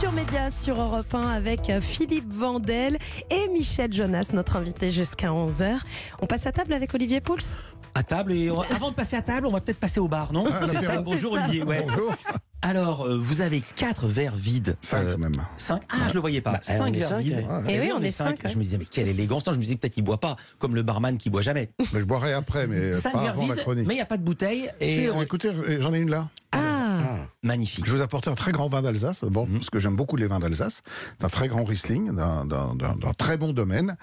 Culture Média sur Europe 1 avec Philippe Vandel et Michel Jonas, notre invité jusqu'à 11h. On passe à table avec Olivier Pouls. À table, et avant de passer à table, on va peut-être passer au bar, non? C'est ça, bonjour Olivier. Ouais. Bonjour. Alors, vous avez 4 verres vides. 5 même. 5 Ah, je le voyais pas. 5 verres vides. Et oui, on est 5. Je me disais, mais quelle élégance. Non, je me disais, peut-être il boit pas, comme le barman qui boit jamais. Mais je boirai après, mais 5 pas verres avant la vides, chronique. mais il n'y a pas de bouteille. Si, écoutez, j'en ai une là. Magnifique. Je vais vous apporter un très grand vin d'Alsace, parce que j'aime beaucoup les vins d'Alsace. C'est un très grand Riesling, d'un très bon domaine,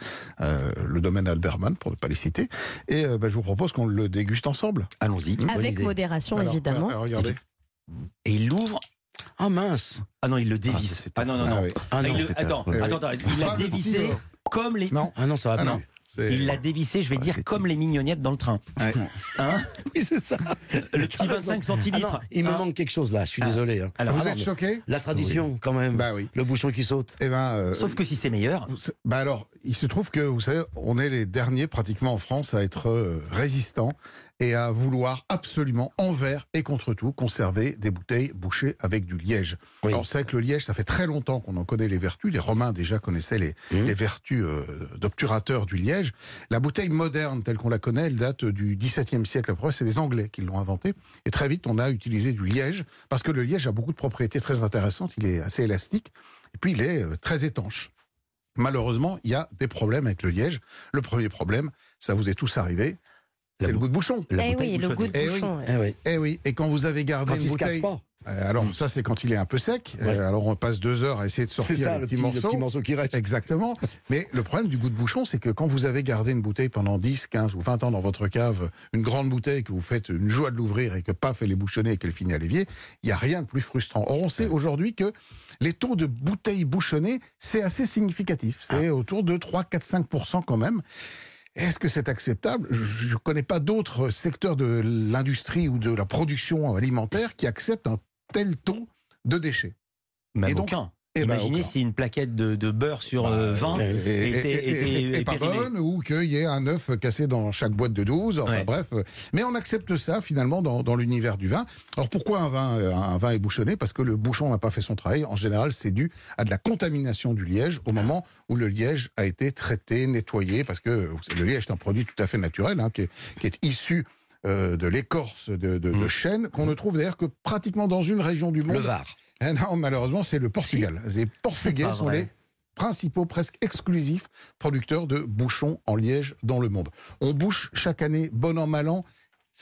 le domaine Albermann, pour ne pas les citer. Et je vous propose qu'on le déguste ensemble. Allons-y. Avec modération, Alors, évidemment. regardez. Et il l'ouvre. Ah mince. Ah non, il le dévisse. Ah non, non, non. Ah oui. Ah non, Il attends, oui. attends, il l'a Ah, dévissé non. comme les... Non. Ah non, ça va Ah plus. non. C'est- Il l'a dévissé, je vais dire, comme les mignonnettes dans le train. Hein? Oui, c'est ça. Le petit 25 centilitres. Ah non, il me manque quelque chose là, je suis désolé. hein. Alors, Vous non, êtes mais choqué? La tradition, quand même. Bah oui. Le bouchon qui saute. Eh ben, sauf que si c'est meilleur... bah alors, il se trouve que, vous savez, on est les derniers pratiquement en France à être résistants et à vouloir absolument, envers et contre tout, conserver des bouteilles bouchées avec du liège. Oui. Alors, c'est vrai que le liège, ça fait très longtemps qu'on en connaît les vertus. Les Romains déjà connaissaient les vertus d'obturateur du liège. La bouteille moderne, telle qu'on la connaît, elle date du XVIIe siècle. Après, c'est les Anglais qui l'ont inventée. Et très vite, on a utilisé du liège, parce que le liège a beaucoup de propriétés très intéressantes. Il est assez élastique, et puis il est très étanche. Malheureusement, il y a des problèmes avec le liège. Le premier problème, ça vous est tous arrivé, c'est le goût de bouchon. La Eh bouteille oui, le bouchonnée. goût de Eh oui. bouchon. ouais. Eh oui. Eh oui, et quand vous avez gardé Quand une il se casse bouteille... pas. Alors ça, c'est quand il est un peu sec. Ouais. Alors on passe 2 heures à essayer de C'est sortir ça, les le petits petit morceaux. morceau qui reste. Exactement. Mais le problème du goût de bouchon, c'est que quand vous avez gardé une bouteille pendant 10, 15 ou 20 ans dans votre cave, une grande bouteille, que vous faites une joie de l'ouvrir et que paf, elle est bouchonnée et qu'elle finit à l'évier, il n'y a rien de plus frustrant. Or, on sait aujourd'hui que les taux de bouteilles bouchonnées, c'est assez significatif. C'est autour de 3, 4, 5% quand même. Est-ce que c'est acceptable? Je ne connais pas d'autres secteurs de l'industrie ou de la production alimentaire qui acceptent un tel taux de déchets. Même Et donc, aucun. eh ben, Imaginez aucun. si une plaquette de beurre sur 20 et était pas périmée. bonne, ou qu'il y ait un œuf cassé dans chaque boîte de 12, enfin Ouais. bref. Mais on accepte ça finalement dans l'univers du vin. Alors pourquoi un vin est bouchonné? Parce que le bouchon n'a pas fait son travail. En général, c'est dû à de la contamination du liège au moment où le liège a été traité, nettoyé, parce que le liège est un produit tout à fait naturel, qui est issu de l'écorce de chêne, qu'on ne trouve d'ailleurs que pratiquement dans une région du monde. Le Var. Eh non, malheureusement, c'est le Portugal. Les Portugais pas sont vrai. les principaux, presque exclusifs producteurs de bouchons en liège dans le monde. On bouche chaque année, bon an, mal an,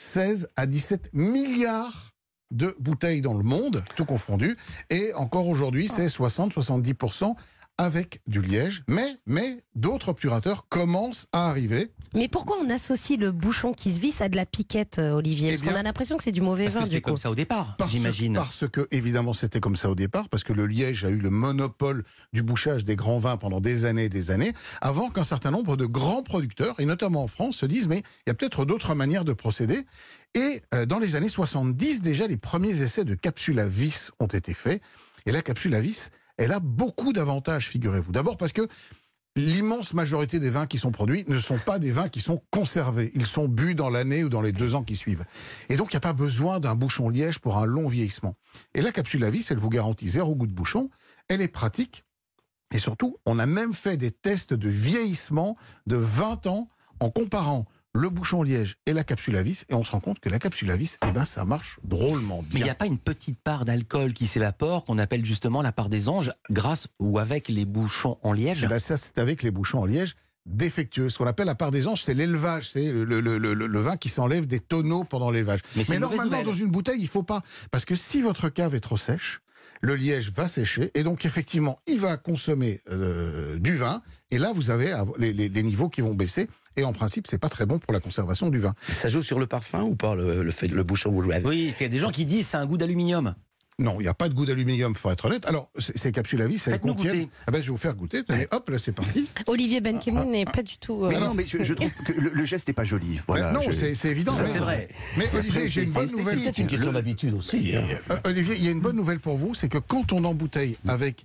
16 à 17 milliards de bouteilles dans le monde, tout confondu. Et encore aujourd'hui, c'est 60-70% avec du liège. Mais d'autres obturateurs commencent à arriver. Mais pourquoi on associe le bouchon qui se visse à de la piquette, Olivier? Eh Parce bien, qu'on a l'impression que c'est du mauvais Parce que vin, c'était du coup. comme ça au départ, Parce j'imagine. que, évidemment, c'était comme ça au départ, parce que le liège a eu le monopole du bouchage des grands vins pendant des années, avant qu'un certain nombre de grands producteurs, et notamment en France, se disent, mais il y a peut-être d'autres manières de procéder. Et dans les années 70, déjà, les premiers essais de capsule à vis ont été faits. Et la capsule à vis, elle a beaucoup d'avantages, figurez-vous. D'abord parce que l'immense majorité des vins qui sont produits ne sont pas des vins qui sont conservés. Ils sont bu dans l'année ou dans les 2 ans qui suivent. Et donc, il n'y a pas besoin d'un bouchon liège pour un long vieillissement. Et la capsule à vis, elle vous garantit 0 goût de bouchon. Elle est pratique. Et surtout, on a même fait des tests de vieillissement de 20 ans en comparant le bouchon liège et la capsule à vis. Et on se rend compte que la capsule à vis, ça marche drôlement Mais il n'y bien. a pas une petite part d'alcool qui s'évapore, qu'on appelle justement la part des anges, grâce ou avec les bouchons en liège? Eh ben, ça, c'est avec les bouchons en liège défectueux. Ce qu'on appelle la part des anges, c'est l'élevage. C'est le vin qui s'enlève des tonneaux pendant l'élevage. Mais c'est une mauvaise normalement, nouvelle. dans une bouteille, il ne faut pas. Parce que si votre cave est trop sèche, le liège va sécher. Et donc, effectivement, il va consommer du vin. Et là, vous avez les niveaux qui vont baisser. Et en principe, c'est pas très bon pour la conservation du vin. Ça joue sur le parfum ou pas, le bouchon bouchon? Oui, il y a des gens qui disent c'est un goût d'aluminium. Non, il n'y a pas de goût d'aluminium, faut être honnête. Alors, ces capsules à vis, elles Faites-nous contiennent... goûter. Ah ben, je vais vous faire goûter. Tenez, hop, là, c'est parti. Olivier Benkemoun n'est pas du tout... Mais non, mais je trouve que le geste n'est pas joli. Voilà, non, je- c'est évident. Ça, mais- c'est vrai. Mais Olivier, j'ai une bonne nouvelle. C'est une question d'habitude aussi. hein. Olivier, il y a une bonne nouvelle pour vous, c'est que quand on embouteille avec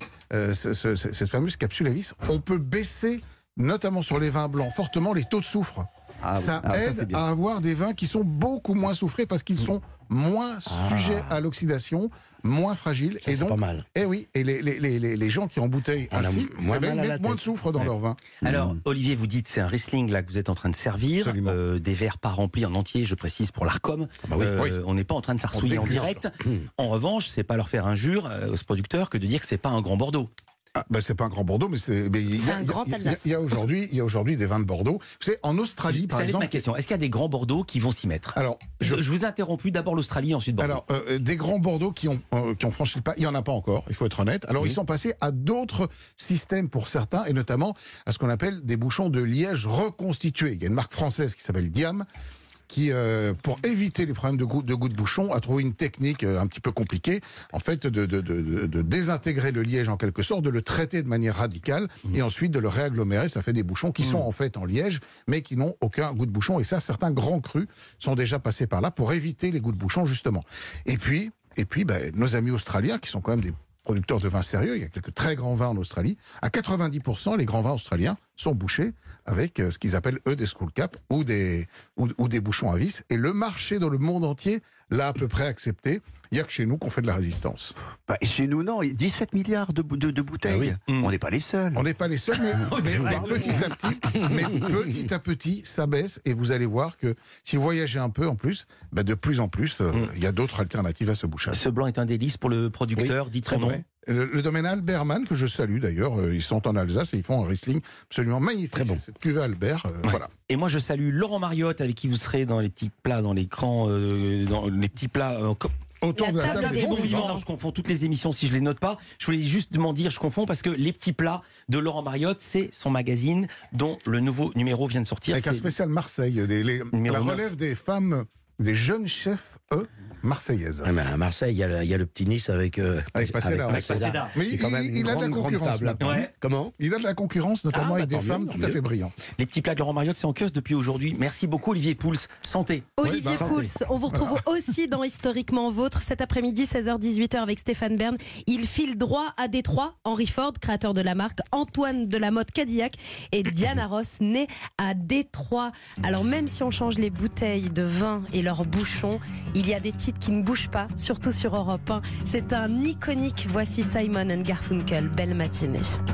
cette fameuse capsule à vis, on peut baisser, notamment sur les vins blancs, fortement les taux de soufre. ça Ah, ça, aide c'est bien. à avoir des vins qui sont beaucoup moins soufrés parce qu'ils sont moins sujets à l'oxydation, moins fragiles. Ça, et c'est donc, pas mal. oui, et les gens qui embouteillent On a ainsi, moins mal ils à la mettent moins de tête. soufre dans leur vin. Alors, Olivier, vous dites c'est un Riesling là que vous êtes en train de servir, Absolument. des verres pas remplis en entier, je précise pour l'Arcom. bah oui. Oui. On n'est pas en train de s'arsouiller en déguste. direct. En revanche, c'est pas leur faire injure aux producteurs que de dire que c'est pas un grand Bordeaux. Ah, bah, c'est pas un grand Bordeaux, mais il y a- un grand Alsace. il y a aujourd'hui des vins de Bordeaux. Vous savez, en Australie, par Ça allait être ma exemple. question. Est-ce qu'il y a des grands Bordeaux qui vont s'y mettre? Alors, je vous ai interrompu, d'abord l'Australie, ensuite Bordeaux. Alors, des grands Bordeaux qui ont franchi le pas, il n'y en a pas encore, il faut être honnête. Alors, Oui. ils sont passés à d'autres systèmes pour certains, et notamment à ce qu'on appelle des bouchons de liège reconstitués. Il y a une marque française qui s'appelle Diam, qui, pour éviter les problèmes de goût de bouchon, a trouvé une technique un petit peu compliquée, en fait, de désintégrer le liège en quelque sorte, de le traiter de manière radicale, et ensuite de le réagglomérer. Ça fait des bouchons qui sont en fait en liège, mais qui n'ont aucun goût de bouchon. Et ça, certains grands crus sont déjà passés par là pour éviter les goûts de bouchon, justement. Et puis nos amis australiens, qui sont quand même des producteurs de vins sérieux, il y a quelques très grands vins en Australie, à 90%, les grands vins australiens sont bouchés avec ce qu'ils appellent, eux, des skull caps ou des bouchons à vis. Et le marché dans le monde entier l'a à peu près accepté. Il n'y a que chez nous qu'on fait de la résistance. Bah, et chez nous, non, 17 milliards de bouteilles. Ah oui. On n'est pas les seuls. On n'est pas les seuls, mais petit à petit, ça baisse. Et vous allez voir que si vous voyagez un peu en plus, de plus en plus, il y a d'autres alternatives à ce bouchage. Ce blanc est un délice pour le producteur, dites son nom. Ouais. Le domaine Alberman, que je salue d'ailleurs, ils sont en Alsace et ils font un Riesling absolument magnifique. Très bon. C'est cette cuvée Albert, voilà. Et moi, je salue Laurent Mariotte, avec qui vous serez dans les petits plats, dans l'écran, dans les petits plats. Autour de la table table des des bons bons vivants. vivants. Je confonds toutes les émissions si je les note pas. Je voulais justement dire, je confonds parce que les petits plats de Laurent Mariotte, c'est son magazine dont le nouveau numéro vient de sortir. Avec un C'est- spécial Marseille, Numéro la 9. relève des femmes, des jeunes chefs, marseillaises. Ouais, mais à Marseille, il y a le petit Nice avec Paseda. Avec Paseda. Mais qui est quand même il une a de la grande concurrence table. maintenant. Ouais. Comment Il a de la concurrence, notamment avec des tant mieux, femmes tant tout à mieux. fait brillantes. Les petits plats de Laurent Mariotte, c'est en kiosque depuis aujourd'hui. Merci beaucoup, Olivier Pouls. Santé. Olivier santé. Pouls, on vous retrouve aussi dans Historiquement Vôtre cet après-midi 16h-18h avec Stéphane Bern. Il file droit à Détroit. Henry Ford, créateur de la marque, Antoine Delamotte Cadillac et Diana Ross, née à Détroit. Alors même si on change les bouteilles de vin et leurs bouchons, il y a des titres qui ne bougent pas, surtout sur Europe 1. C'est un iconique. Voici Simon & Garfunkel. Belle matinée.